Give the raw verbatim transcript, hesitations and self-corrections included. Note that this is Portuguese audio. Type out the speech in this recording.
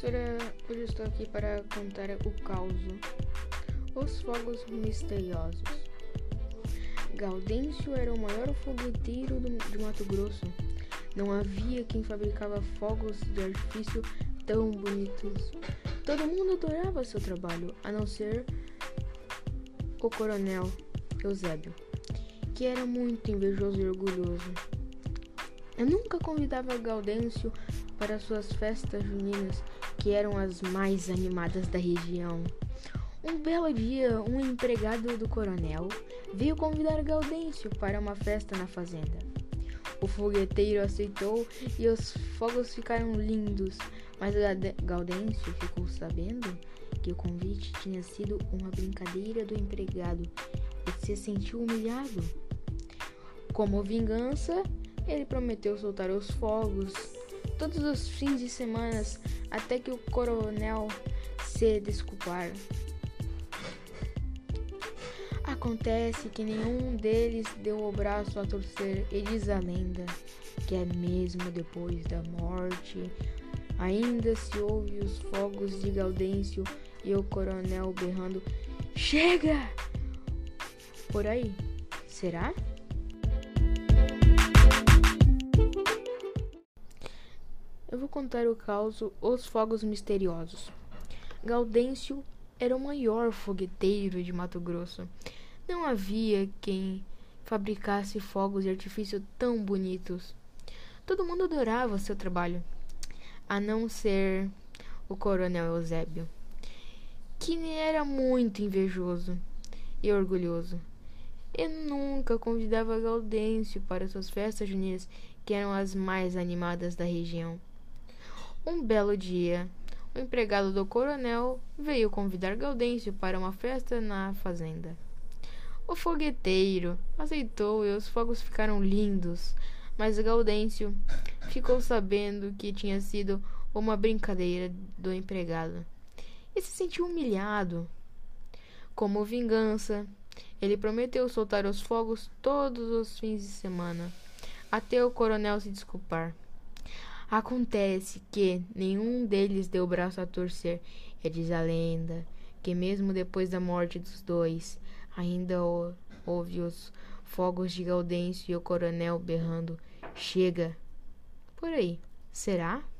professora, hoje estou aqui para contar o caos, os fogos misteriosos. Gaudêncio era o maior fogueteiro do, de Mato Grosso. Não havia quem fabricava fogos de artifício tão bonitos. Todo mundo adorava seu trabalho, a não ser o coronel Eusébio, que era muito invejoso e orgulhoso. Eu nunca convidava Gaudêncio para suas festas juninas, que eram as mais animadas da região. Um belo dia, um empregado do coronel veio convidar Gaudêncio para uma festa na fazenda. O fogueteiro aceitou e os fogos ficaram lindos, mas Gaudêncio ficou sabendo que o convite tinha sido uma brincadeira do empregado e se sentiu humilhado. Como vingança, ele prometeu soltar os fogos todos os fins de semana até que o coronel se desculpar. Acontece que nenhum deles deu o braço a torcer e diz a lenda que é mesmo depois da morte ainda se ouve os fogos de Gaudêncio e o coronel berrando "Chega!" Por aí, será? Eu vou contar o caos, os fogos misteriosos. Gaudêncio era o maior fogueteiro de Mato Grosso. Não havia quem fabricasse fogos de artifício tão bonitos. Todo mundo adorava seu trabalho, a não ser o coronel Eusébio, que era muito invejoso e orgulhoso. Eu nunca convidava Gaudêncio para suas festas juninas, que eram as mais animadas da região. Um belo dia, o empregado do coronel veio convidar Gaudêncio para uma festa na fazenda. O fogueteiro aceitou e os fogos ficaram lindos, mas Gaudêncio ficou sabendo que tinha sido uma brincadeira do empregado e se sentiu humilhado. Como vingança, ele prometeu soltar os fogos todos os fins de semana, até o coronel se desculpar. Acontece que nenhum deles deu o braço a torcer, e diz a lenda que mesmo depois da morte dos dois, ainda houve os fogos de Gaudêncio e o coronel berrando "Chega!" Por aí, será?